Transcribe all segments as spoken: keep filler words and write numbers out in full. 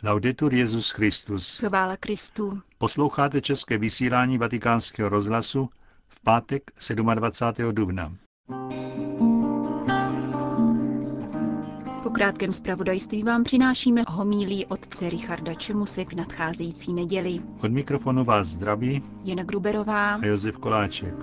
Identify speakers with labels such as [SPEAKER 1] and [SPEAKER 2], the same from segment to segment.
[SPEAKER 1] Laudetur Jesus Christus.
[SPEAKER 2] Chvála Kristu.
[SPEAKER 1] Posloucháte české vysílání Vatikánského rozhlasu v pátek dvacátého sedmého dubna.
[SPEAKER 2] Po krátkém zpravodajství vám přinášíme homílii otce Richarda Čemuse k nadcházející neděli.
[SPEAKER 1] Od mikrofonu vás zdraví
[SPEAKER 2] Jana Gruberová
[SPEAKER 1] a Josef Koláček.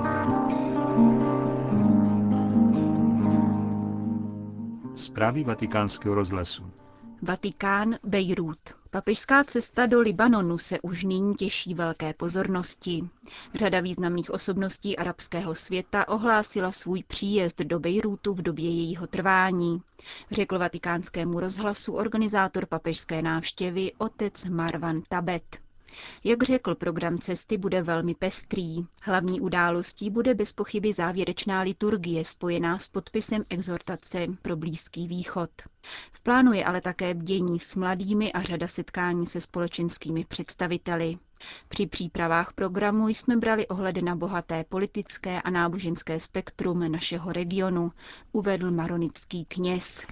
[SPEAKER 1] Zprávy Vatikánského rozhlasu.
[SPEAKER 2] Vatikán, Bejrút. Papežská cesta do Libanonu se už nyní těší velké pozornosti. Řada významných osobností arabského světa ohlásila svůj příjezd do Bejrútu v době jejího trvání, řekl vatikánskému rozhlasu organizátor papežské návštěvy otec Marwan Tabet. Jak řekl, program cesty bude velmi pestrý. Hlavní událostí bude bez pochyby závěrečná liturgie spojená s podpisem exhortace pro Blízký východ. V plánu je ale také bdění s mladými a řada setkání se společenskými představiteli. Při přípravách programu jsme brali ohled na bohaté politické a náboženské spektrum našeho regionu, uvedl maronický kněz.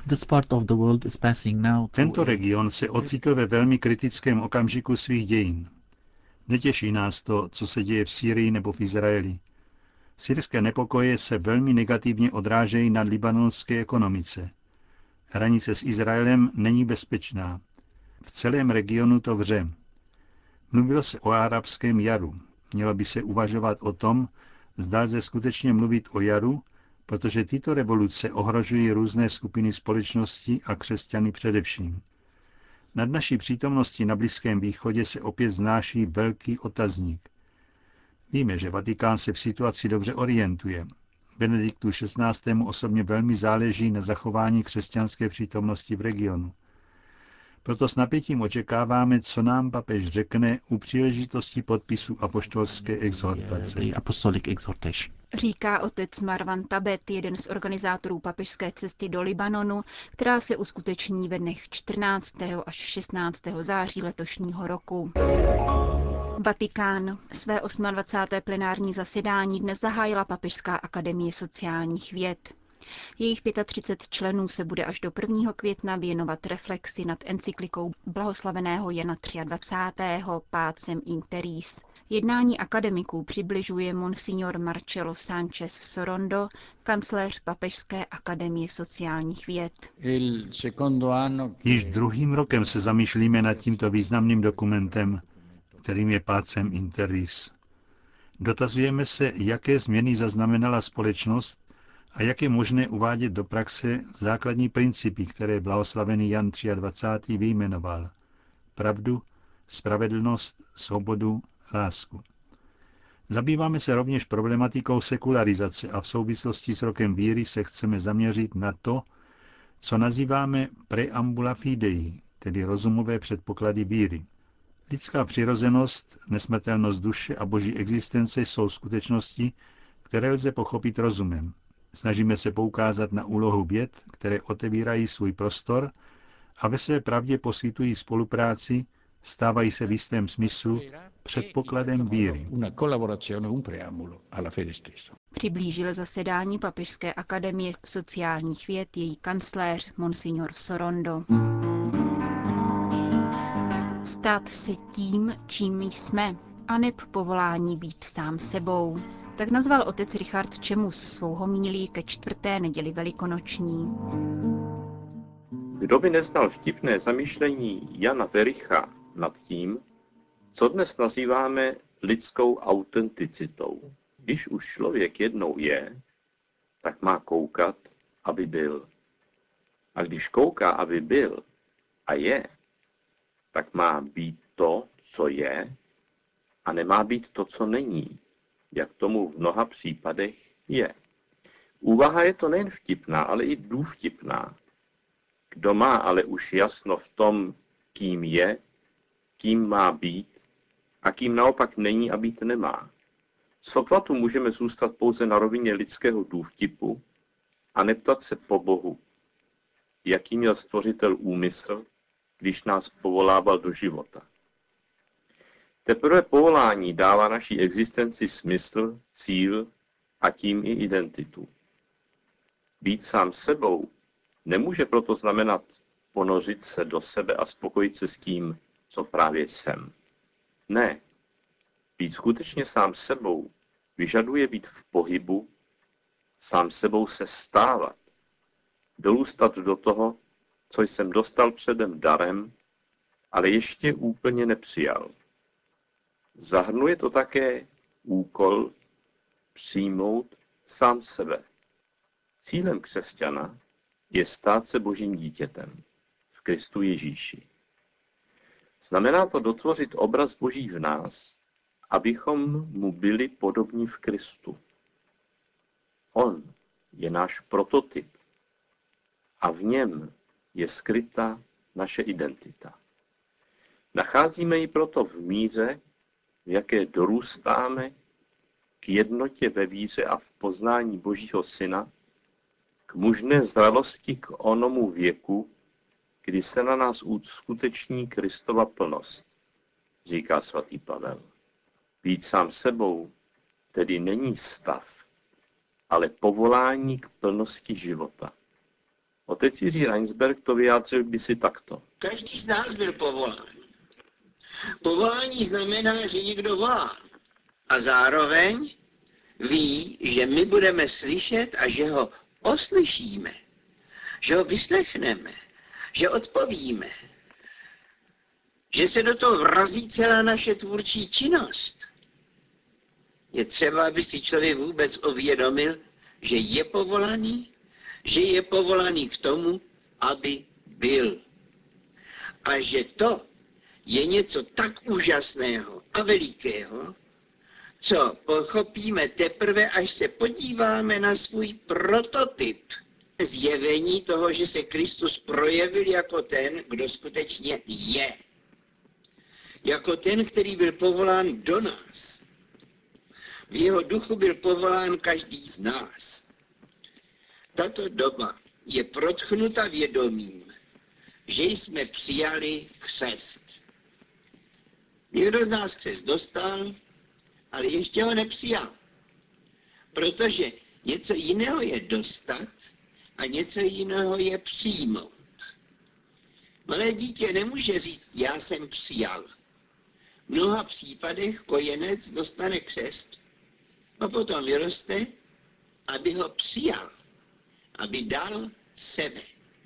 [SPEAKER 1] Tento region se ocitl ve velmi kritickém okamžiku svých dějin. Netěší nás to, co se děje v Sýrii nebo v Izraeli. Syrské nepokoje se velmi negativně odrážejí na libanonské ekonomice. Hranice s Izraelem není bezpečná. V celém regionu to vře. Mluvilo se o arabském jaru. Mělo by se uvažovat o tom, zda lze skutečně mluvit o jaru, protože tyto revoluce ohrožují různé skupiny společnosti a křesťany především. Nad naší přítomností na Blízkém východě se opět vznáší velký otazník. Víme, že Vatikán se v situaci dobře orientuje. Benediktu šestnáctému osobně velmi záleží na zachování křesťanské přítomnosti v regionu. Proto s napětím očekáváme, co nám papež řekne u příležitosti podpisu apoštolské exhortace.
[SPEAKER 2] Říká otec Marwan Tabet, jeden z organizátorů papežské cesty do Libanonu, která se uskuteční ve dnech čtrnáctého až šestnáctého září letošního roku. Vatikán. Své dvacáté osmé plenární zasedání dnes zahájila Papežská akademie sociálních věd. Jejich třicet pět členů se bude až do prvního května věnovat reflexi nad encyklikou blahoslaveného Jana dvacátého třetího Pacem in Terris. Jednání akademiků přibližuje monsignor Marcello Sánchez Sorondo, kancléř Papežské akademie sociálních věd.
[SPEAKER 1] Již druhým rokem se zamýšlíme nad tímto významným dokumentem, kterým je Pacem in Terris. Dotazujeme se, jaké změny zaznamenala společnost a jak je možné uvádět do praxe základní principy, které blahoslavený Jan dvacátý třetí vyjmenoval. Pravdu, spravedlnost, svobodu, lásku. Zabýváme se rovněž problematikou sekularizace a v souvislosti s rokem víry se chceme zaměřit na to, co nazýváme preambula fidei, tedy rozumové předpoklady víry. Lidská přirozenost, nesmrtelnost duše a boží existence jsou skutečnosti, které lze pochopit rozumem. Snažíme se poukázat na úlohu věd, které otevírají svůj prostor a ve své pravdě poskytují spolupráci, stávají se v jistém smyslu předpokladem víry.
[SPEAKER 2] Přiblížil zasedání Papežské akademie sociálních věd její kancléř monsignor Sorondo. Stát se tím, čím jsme, aneb povolání být sám sebou. Tak nazval otec Richard Čemus svou homílii ke čtvrté neděli velikonoční.
[SPEAKER 3] Kdo by neznal vtipné zamýšlení Jana Vericha nad tím, co dnes nazýváme lidskou autenticitou. Když už člověk jednou je, tak má koukat, aby byl. A když kouká, aby byl a je, tak má být to, co je, a nemá být to, co není, jak tomu v mnoha případech je. Úvaha je to nejen vtipná, ale i důvtipná. Kdo má ale už jasno v tom, kým je, kým má být a kým naopak není a být nemá. Sotva tu můžeme zůstat pouze na rovině lidského důvtipu a neptat se po Bohu, jaký měl Stvořitel úmysl, když nás povolával do života. Teprve povolání dává naší existenci smysl, cíl a tím i identitu. Být sám sebou nemůže proto znamenat ponořit se do sebe a spokojit se s tím, co právě jsem. Ne. Být skutečně sám sebou vyžaduje být v pohybu, sám sebou se stávat, dolůstat do toho, co jsem dostal předem darem, ale ještě úplně nepřijal. Zahrnuje to také úkol přijmout sám sebe. Cílem křesťana je stát se Božím dítětem v Kristu Ježíši. Znamená to dotvořit obraz Boží v nás, abychom mu byli podobní v Kristu. On je náš prototyp a v něm je skryta naše identita. Nacházíme ji proto v míře, v jaké dorůstáme k jednotě ve víře a v poznání Božího Syna, k mužné zralosti k onomu věku, kdy se na nás uskuteční Kristova plnost, říká svatý Pavel. Být sám sebou tedy není stav, ale povolání k plnosti života. Otec Jiří Reinsberg to vyjádřil kdysi takto.
[SPEAKER 4] Každý z nás byl povolán. Povolání znamená, že někdo volá. A zároveň ví, že my budeme slyšet a že ho oslyšíme. Že ho vyslechneme. Že odpovíme. Že se do toho vrazí celá naše tvůrčí činnost. Je třeba, aby si člověk vůbec uvědomil, že je povolaný, že je povolaný k tomu, aby byl. A že to je něco tak úžasného a velikého, co pochopíme teprve, až se podíváme na svůj prototyp. Zjevení toho, že se Kristus projevil jako ten, kdo skutečně je. Jako ten, který byl povolán do nás. V jeho duchu byl povolán každý z nás. Tato doba je protchnuta vědomím, že jsme přijali křest. Někdo z nás křest dostal, ale ještě ho nepřijal. Protože něco jiného je dostat a něco jiného je přijmout. Malé dítě nemůže říct, já jsem přijal. V mnoha případech kojenec dostane křest a potom vyroste, aby ho přijal, aby dal sebe.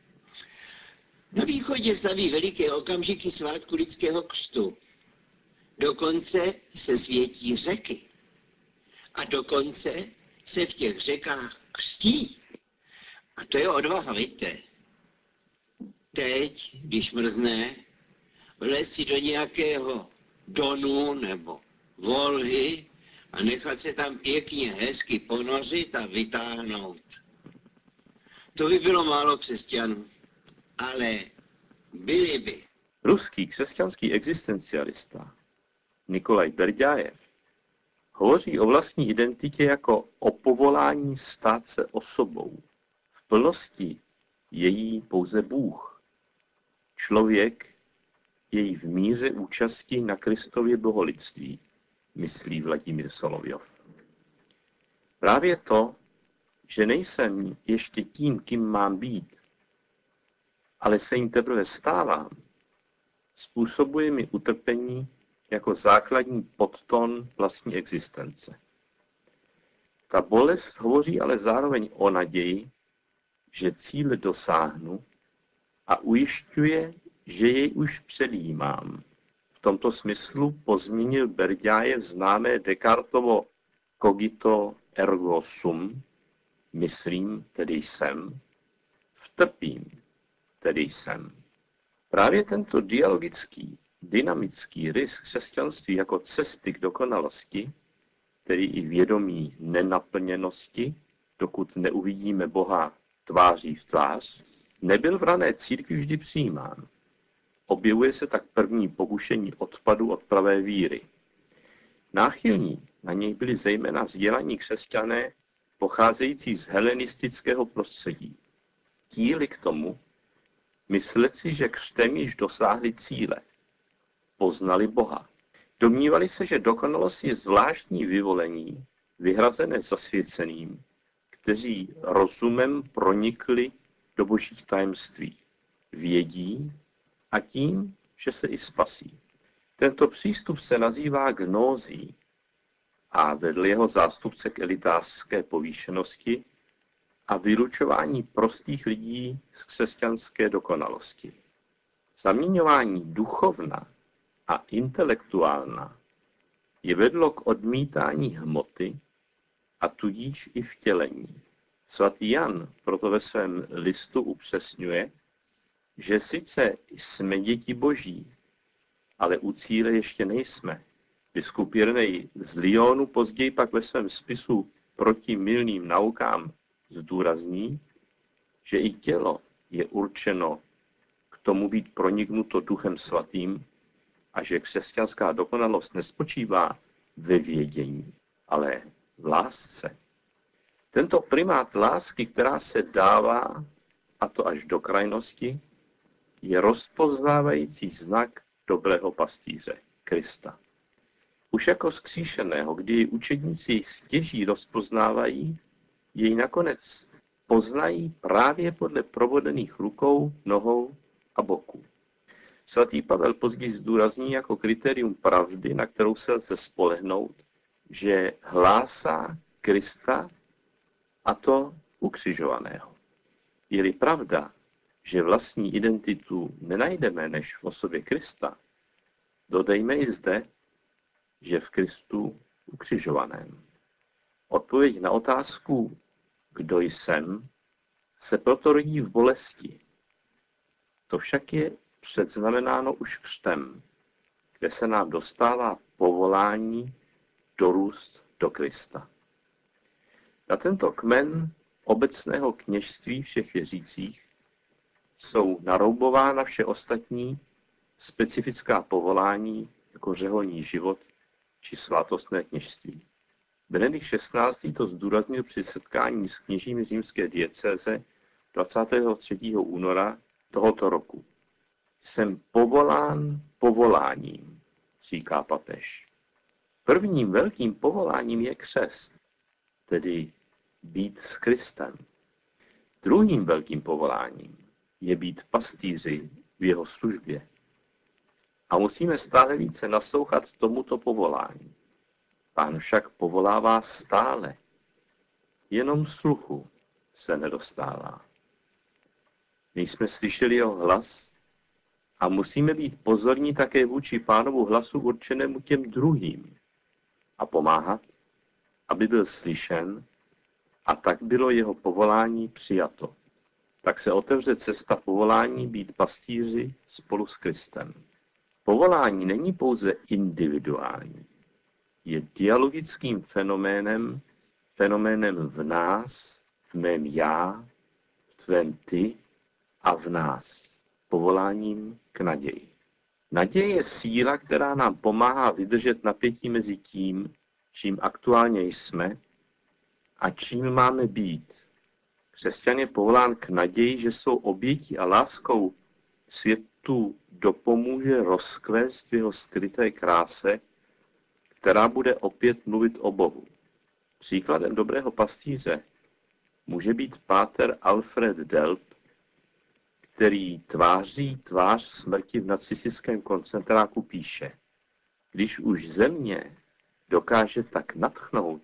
[SPEAKER 4] Na východě slaví veliké okamžiky svátku lidského křtu. Dokonce se světí řeky. A dokonce se v těch řekách křtí. A to je odvaha, víte. Teď, když mrzne, vlez si do nějakého Donu nebo Volhy a nechat se tam pěkně hezky ponořit a vytáhnout. To by bylo málo křesťanů, ale byli by.
[SPEAKER 3] Ruský křesťanský existencialista Nikolaj Berďájev hovoří o vlastní identitě jako o povolání stát se osobou. V plnosti je jí pouze Bůh. Člověk je jí v míře účasti na Kristově bohulidství, myslí Vladimír Solovjov. Právě to, že nejsem ještě tím, kým mám být, ale se jim teprve stávám, způsobuje mi utrpení jako základní podton vlastní existence. Ta bolest hovoří ale zároveň o naději, že cíl dosáhnu a ujišťuje, že jej už předjímám. V tomto smyslu pozměnil Berďájev známé Descartovo cogito ergo sum, myslím, tedy jsem, v trpím, tedy jsem. Právě tento dialogický, dynamický rys křesťanství jako cesty k dokonalosti, tedy i vědomí nenaplněnosti, dokud neuvidíme Boha tváří v tvář, nebyl v rané církvi vždy přijímán. Objevuje se tak první pokušení odpadu od pravé víry. Náchylní na něj byli zejména vzdělaní křesťané pocházející z helenistického prostředí. Tíli k tomu, myslet si, že křtem již dosáhli cíle. Poznali Boha. Domnívali se, že dokonalost je zvláštní vyvolení, vyhrazené zasvěceným, kteří rozumem pronikli do božích tajemství. vědí a tím, že se i spasí. Tento přístup se nazývá gnózí a vedl jeho zástupce k elitářské povýšenosti a vylučování prostých lidí z křesťanské dokonalosti. Zaměňování duchovna a intelektuálna je vedlo k odmítání hmoty a tudíž i vtělení. Svatý Jan proto ve svém listu upřesňuje, že sice jsme děti boží, ale u cíle ještě nejsme. Biskup Jirnej z Lyonu později pak ve svém spisu proti mylným naukám zdůrazní, že i tělo je určeno k tomu být proniknuto Duchem Svatým a že křesťanská dokonalost nespočívá ve vědění, ale v lásce. Tento primát lásky, která se dává, a to až do krajnosti, je rozpoznávající znak dobrého pastýře, Krista. Už jako vzkříšeného, kdy jej učedníci stěží rozpoznávají, jej nakonec poznají právě podle provodených rukou, nohou a boku. Svatý Pavel později zdůrazní jako kritérium pravdy, na kterou se lze spolehnout, že hlásá Krista, a to ukřižovaného. Je-li pravda, že vlastní identitu nenajdeme než v osobě Krista, dodejme i zde, že v Kristu ukřižovaném. Odpověď na otázku, kdo jsem, se proto rodí v bolesti. To však je předznamenáno už křtem, kde se nám dostává povolání dorůst do Krista. Na tento kmen obecného kněžství všech věřících jsou naroubována vše ostatní specifická povolání jako řeholní život či svátostné kněžství. Benedikt šestnáctý. To zdůraznil při setkání s kněžími římské diecéze dvacátého třetího února tohoto roku. Jsem povolán povoláním, říká papež. Prvním velkým povoláním je křest, tedy být s Kristem. Druhým velkým povoláním je být pastýři v jeho službě. A musíme stále více naslouchat tomuto povolání. Pán však povolává stále. Jenom sluchu se nedostává. My jsme slyšeli jeho hlas a musíme být pozorní také vůči Pánovu hlasu určenému těm druhým a pomáhat, aby byl slyšen a tak bylo jeho povolání přijato. Tak se otevře cesta povolání být pastýři spolu s Kristem. Povolání není pouze individuální. Je dialogickým fenoménem, fenoménem v nás, v mém já, v tvém ty a v nás. Povoláním k naději. Naděje je síla, která nám pomáhá vydržet napětí mezi tím, čím aktuálně jsme a čím máme být. Křesťan je povolán k naději, že svou obětí a láskou světu dopomůže rozkvést v jeho skryté kráse, která bude opět mluvit o Bohu. Příkladem dobrého pastýře může být páter Alfred Delp, který tváří tvář smrti v nacistickém koncentráku píše: Když už země dokáže tak nadchnout,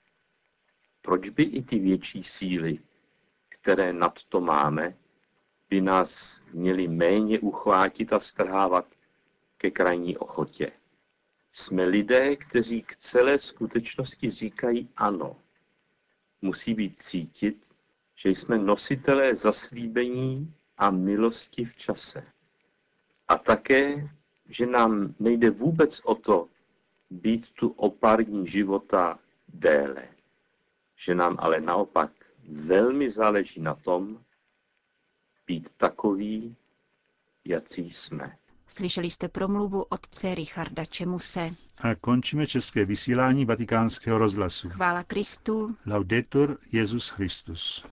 [SPEAKER 3] proč by i ty větší síly, které nad to máme, by nás měly méně uchvátit a strhávat ke krajní ochotě. Jsme lidé, kteří k celé skutečnosti říkají ano. Musí být cítit, že jsme nositelé zaslíbení a milosti v čase. A také, že nám nejde vůbec o to být tu o pár dní života déle. Že nám ale naopak velmi záleží na tom, být takový, jací jsme.
[SPEAKER 2] Slyšeli jste promluvu otce Richarda Čemuse.
[SPEAKER 1] A končíme české vysílání Vatikánského rozhlasu.
[SPEAKER 2] Chvála Kristu.
[SPEAKER 1] Laudetur Jesus Christus.